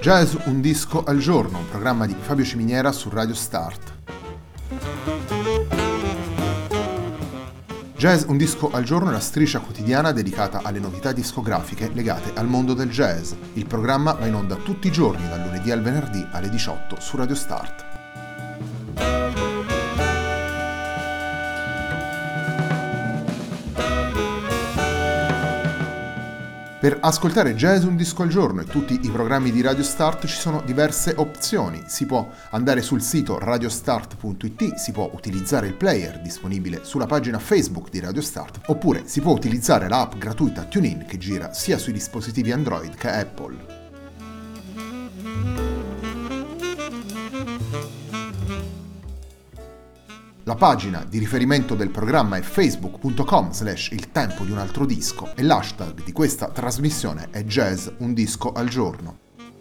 Jazz un disco al giorno, un programma di Fabio Ciminiera su Radio Start. Jazz un disco al giorno è la striscia quotidiana dedicata alle novità discografiche legate al mondo del jazz. Il programma va in onda tutti i giorni, dal lunedì al venerdì alle 18 su Radio Start. Per ascoltare Jazz un disco al giorno e tutti i programmi di Radio Start ci sono diverse opzioni. Si può andare sul sito radiostart.it, si può utilizzare il player disponibile sulla pagina Facebook di Radio Start, oppure si può utilizzare l'app gratuita TuneIn che gira sia sui dispositivi Android che Apple. La pagina di riferimento del programma è facebook.com/il tempo di un altro disco e l'hashtag di questa trasmissione è Jazz un disco al giorno.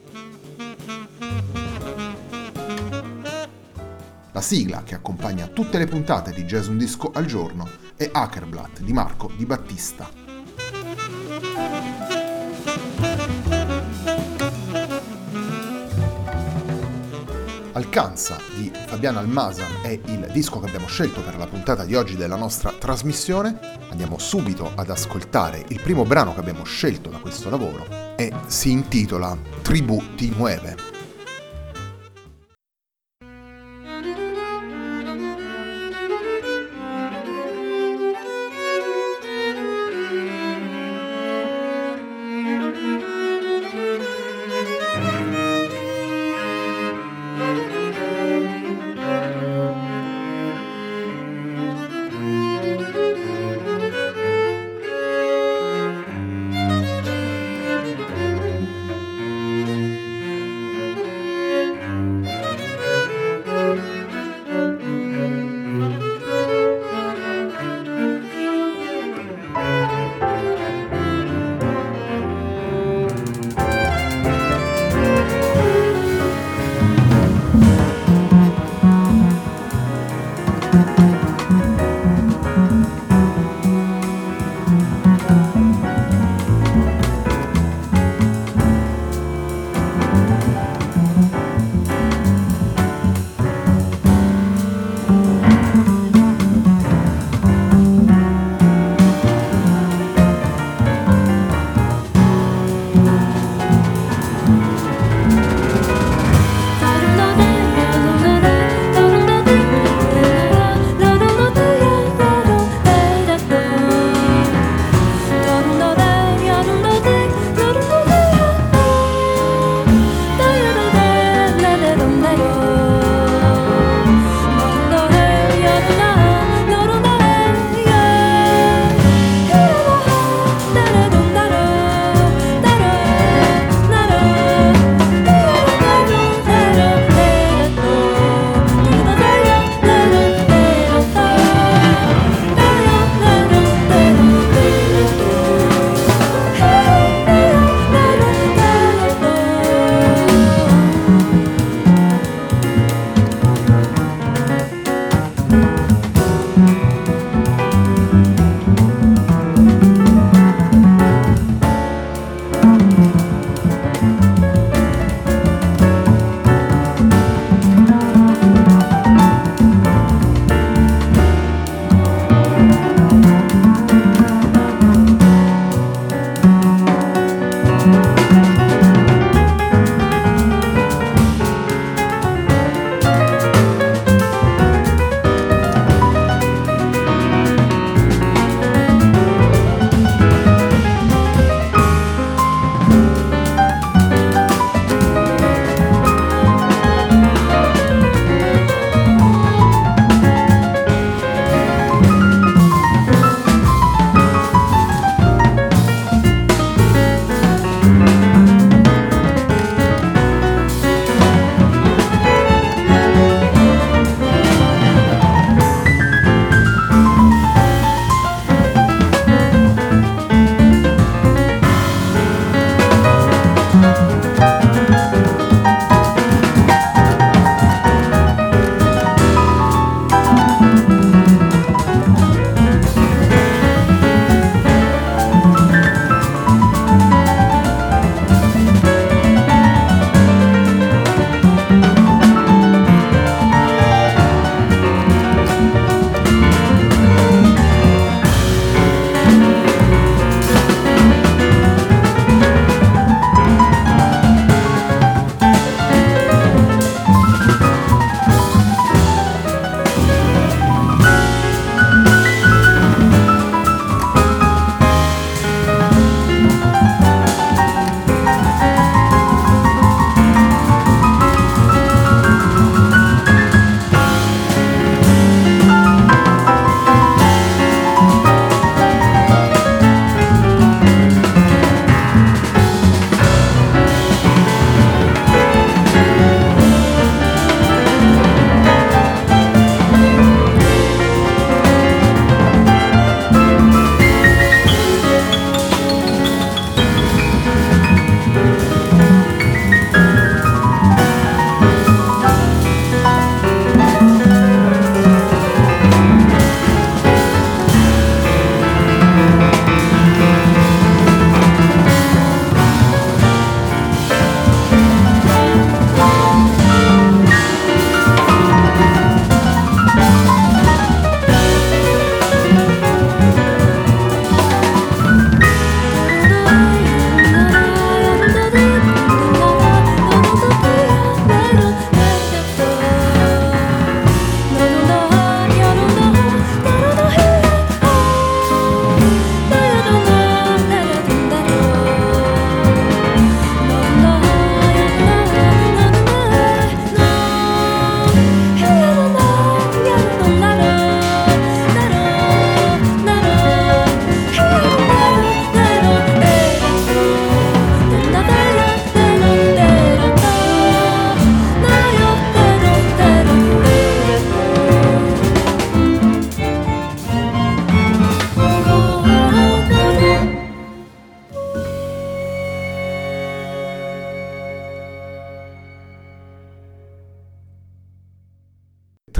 La sigla che accompagna tutte le puntate di Jazz un disco al giorno è Hackerblatt di Marco Di Battista. Alcanza di Fabiano Almasan è il disco che abbiamo scelto per la puntata di oggi della nostra trasmissione. Andiamo subito ad ascoltare il primo brano che abbiamo scelto da questo lavoro e si intitola Tribu Ti Mueve.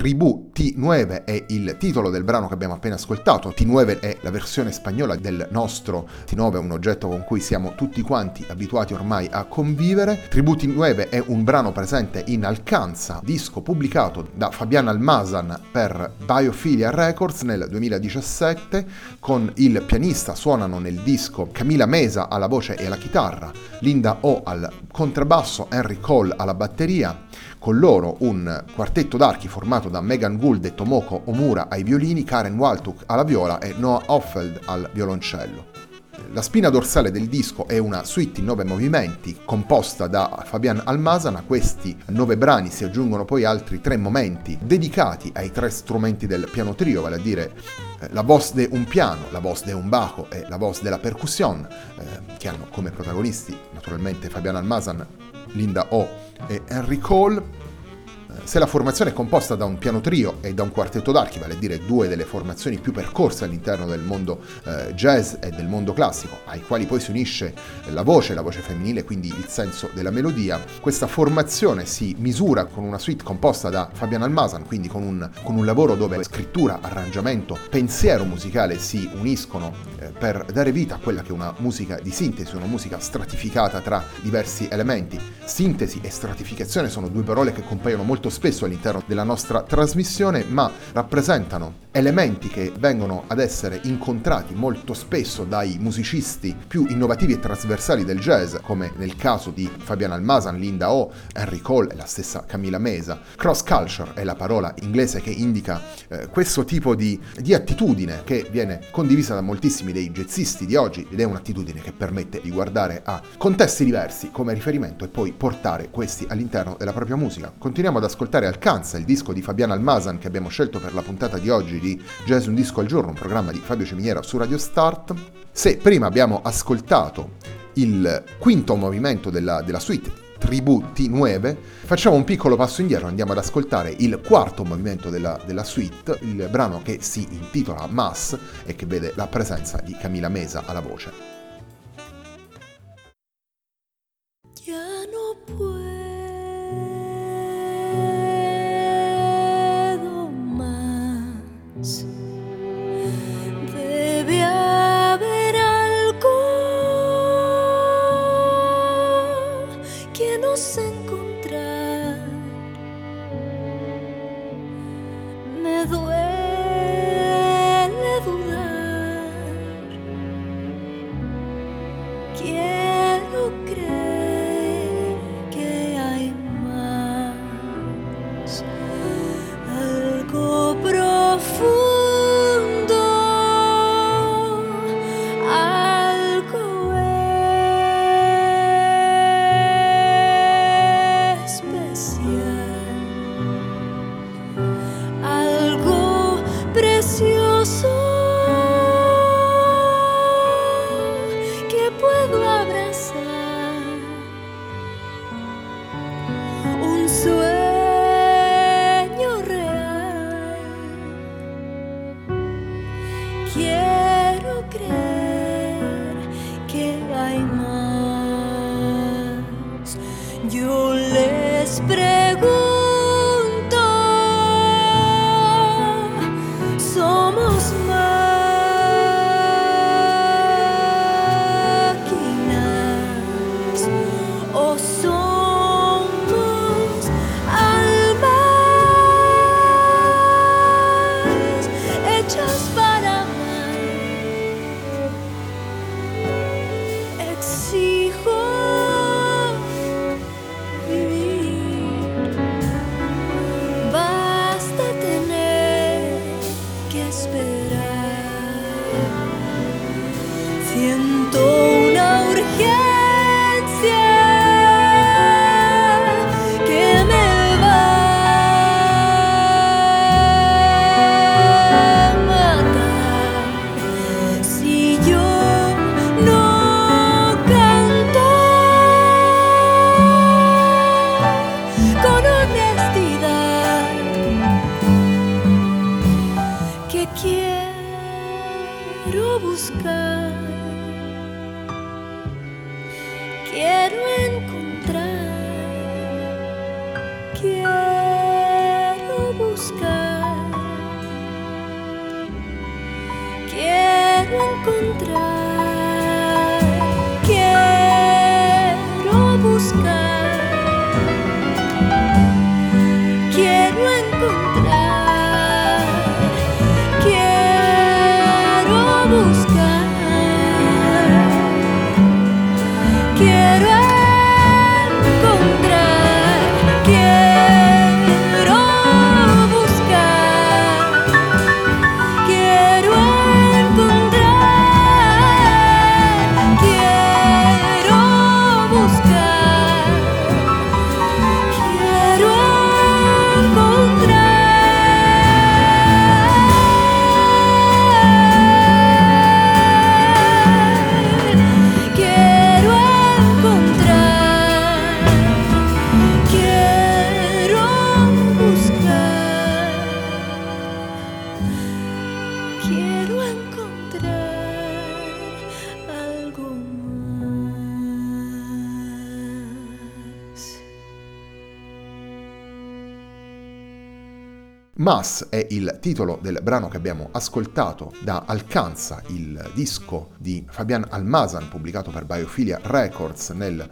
Tribu T9 è il titolo del brano che abbiamo appena ascoltato. T9 è la versione spagnola del nostro T9, un oggetto con cui siamo tutti quanti abituati ormai a convivere. Tribu T9 è un brano presente in Alcanza, disco pubblicato da Fabián Almazán per Biophilia Records nel 2017. Con il pianista suonano nel disco Camila Mesa alla voce e alla chitarra, Linda O al contrabbasso, Henry Cole alla batteria. Con loro un quartetto d'archi formato da Megan Gould e Tomoko Omura ai violini, Karen Waltuk alla viola e Noah Offeld al violoncello. La spina dorsale del disco è una suite in 9 movimenti composta da Fabián Almazán. A questi 9 brani si aggiungono poi altri 3 momenti dedicati ai 3 strumenti del piano trio, vale a dire la voz de un piano, la voz de un bajo e la voz della percussione, che hanno come protagonisti naturalmente Fabián Almazán, Linda O e Henry Cole. Se la formazione è composta da un piano trio e da un quartetto d'archi, vale a dire 2 delle formazioni più percorse all'interno del mondo jazz e del mondo classico, ai quali poi si unisce la voce femminile, quindi il senso della melodia, questa formazione si misura con una suite composta da Fabián Almazán, quindi con un lavoro dove scrittura, arrangiamento, pensiero musicale si uniscono per dare vita a quella che è una musica di sintesi, una musica stratificata tra diversi elementi. Sintesi e stratificazione sono 2 parole che compaiono molto spesso all'interno della nostra trasmissione, ma rappresentano elementi che vengono ad essere incontrati molto spesso dai musicisti più innovativi e trasversali del jazz, come nel caso di Fabián Almazán, Linda O, Henry Cole e la stessa Camila Mesa. Cross culture è la parola inglese che indica questo tipo di attitudine che viene condivisa da moltissimi dei jazzisti di oggi, ed è un'attitudine che permette di guardare a contesti diversi come riferimento e poi portare questi all'interno della propria musica. Continuiamo ad ascoltare Alcanza, il disco di Fabián Almazán che abbiamo scelto per la puntata di oggi di Jazz un disco al giorno, un programma di Fabio Ciminiera su Radio Start. Se prima abbiamo ascoltato il quinto movimento della suite Tribu T9, facciamo un piccolo passo indietro, andiamo ad ascoltare il quarto movimento della suite, il brano che si intitola Mass e che vede la presenza di Camila Mesa alla voce. Ya no puedo más. Debe haber algo que nos encontrar. Me duele dudar. Quiero creer que hay más, algo profundo, algo especial, algo precioso que puedo abrazar, un sueño real. Quiero creer que hay más. Yo les pregunto, ¿somos máquinas o somos almas hechas para amar? Exijo vivir. Mass è il titolo del brano che abbiamo ascoltato da Alcanza, il disco di Fabian Almazan pubblicato per Biophilia Records nel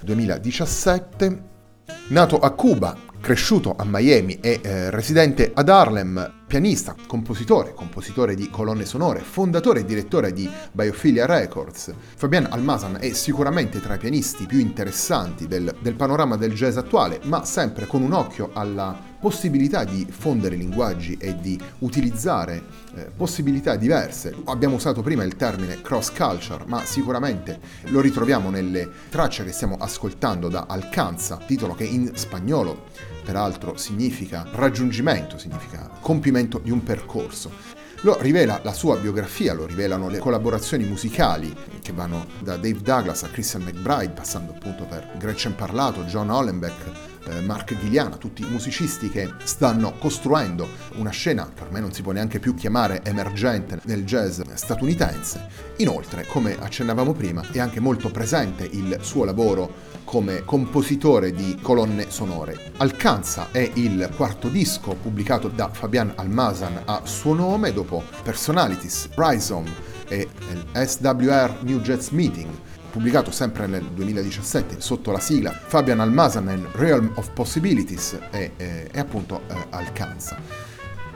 2017. Nato a Cuba, cresciuto a Miami e residente ad Harlem, pianista, compositore di colonne sonore, fondatore e direttore di Biophilia Records, Fabian Almazan è sicuramente tra i pianisti più interessanti del panorama del jazz attuale, ma sempre con un occhio alla possibilità di fondere linguaggi e di utilizzare possibilità diverse. Abbiamo usato prima il termine cross culture, ma sicuramente lo ritroviamo nelle tracce che stiamo ascoltando da Alcanza, titolo che in spagnolo peraltro significa raggiungimento, significa compimento di un percorso. Lo rivela la sua biografia, lo rivelano le collaborazioni musicali che vanno da Dave Douglas a Christian McBride, passando appunto per Gretchen Parlato, John Hollenbeck, Mark Ghigliana, tutti musicisti che stanno costruendo una scena che ormai non si può neanche più chiamare emergente nel jazz statunitense. Inoltre, come accennavamo prima, è anche molto presente il suo lavoro come compositore di colonne sonore. Alcanza è il quarto disco pubblicato da Fabian Almazan a suo nome, dopo Personalities, Rhizome e il SWR New Jazz Meeting, pubblicato sempre nel 2017 sotto la sigla Fabian Almazan and Realm of Possibilities e appunto Alcanza.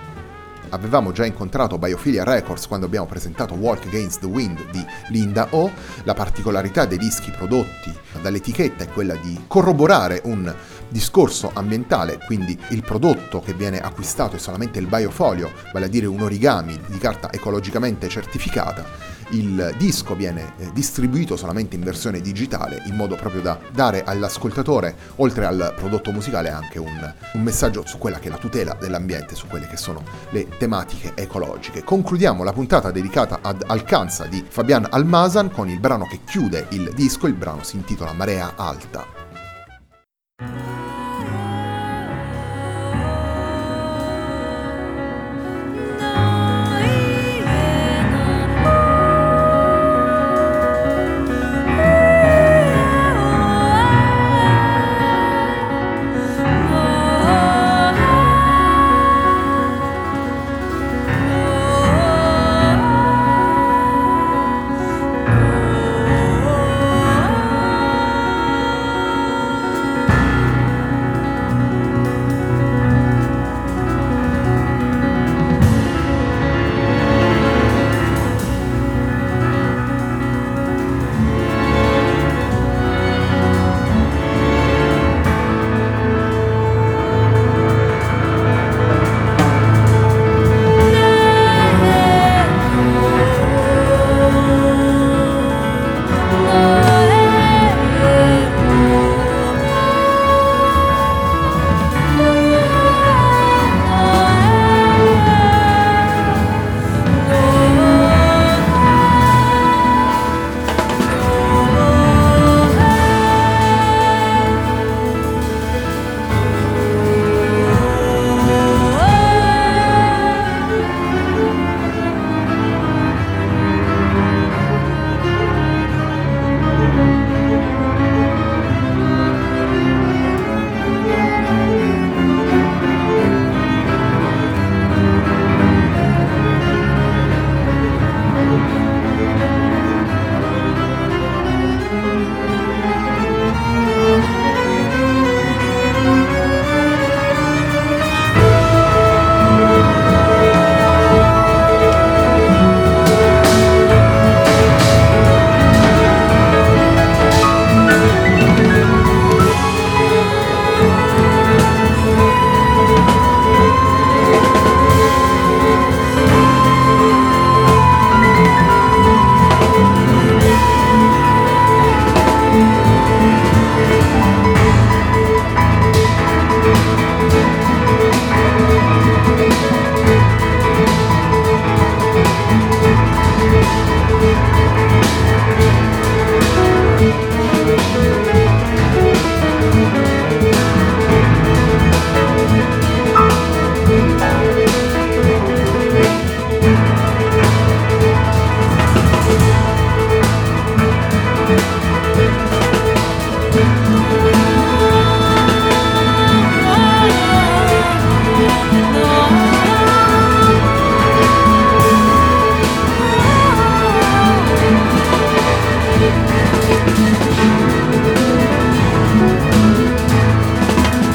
Avevamo già incontrato Biophilia Records quando abbiamo presentato Walk Against the Wind di Linda O. La particolarità dei dischi prodotti dall'etichetta è quella di corroborare un discorso ambientale, quindi il prodotto che viene acquistato è solamente il biofolio, vale a dire un origami di carta ecologicamente certificata. Il disco viene distribuito solamente in versione digitale, in modo proprio da dare all'ascoltatore, oltre al prodotto musicale, anche un messaggio su quella che è la tutela dell'ambiente, su quelle che sono le tematiche ecologiche. Concludiamo la puntata dedicata ad Alcanza di Fabian Almazan con il brano che chiude il disco. Il brano si intitola Marea Alta.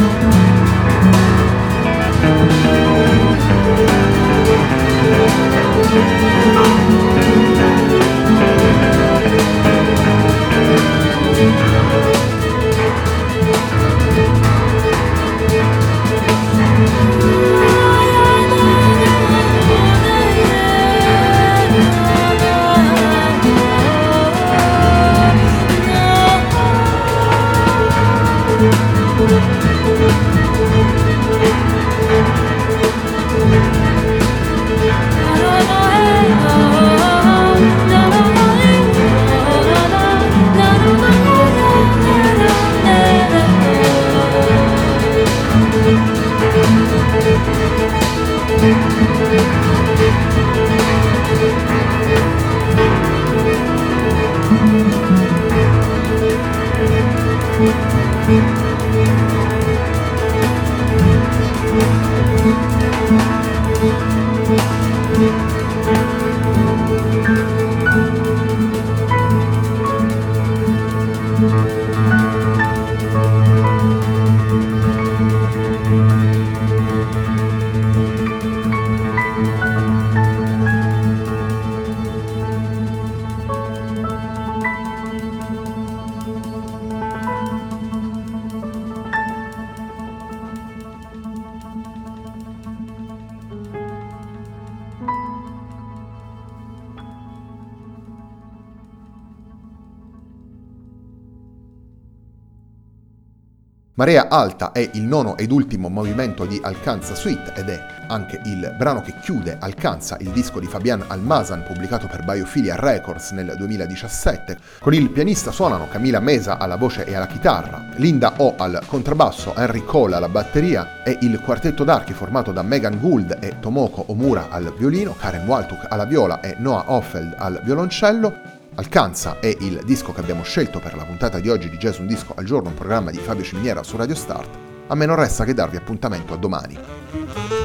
Marea Alta è il nono ed ultimo movimento di Alcanza Suite ed è anche il brano che chiude Alcanza, il disco di Fabian Almazan pubblicato per Biophilia Records nel 2017. Con il pianista suonano Camila Mesa alla voce e alla chitarra, Linda O al contrabbasso, Henry Cole alla batteria e il quartetto d'archi formato da Megan Gould e Tomoko Omura al violino, Karen Waltuk alla viola e Noah Offeld al violoncello. Alcanza è il disco che abbiamo scelto per la puntata di oggi di Jazz Un Disco al Giorno, un programma di Fabio Ciminiera su Radio Start. A me non resta che darvi appuntamento a domani.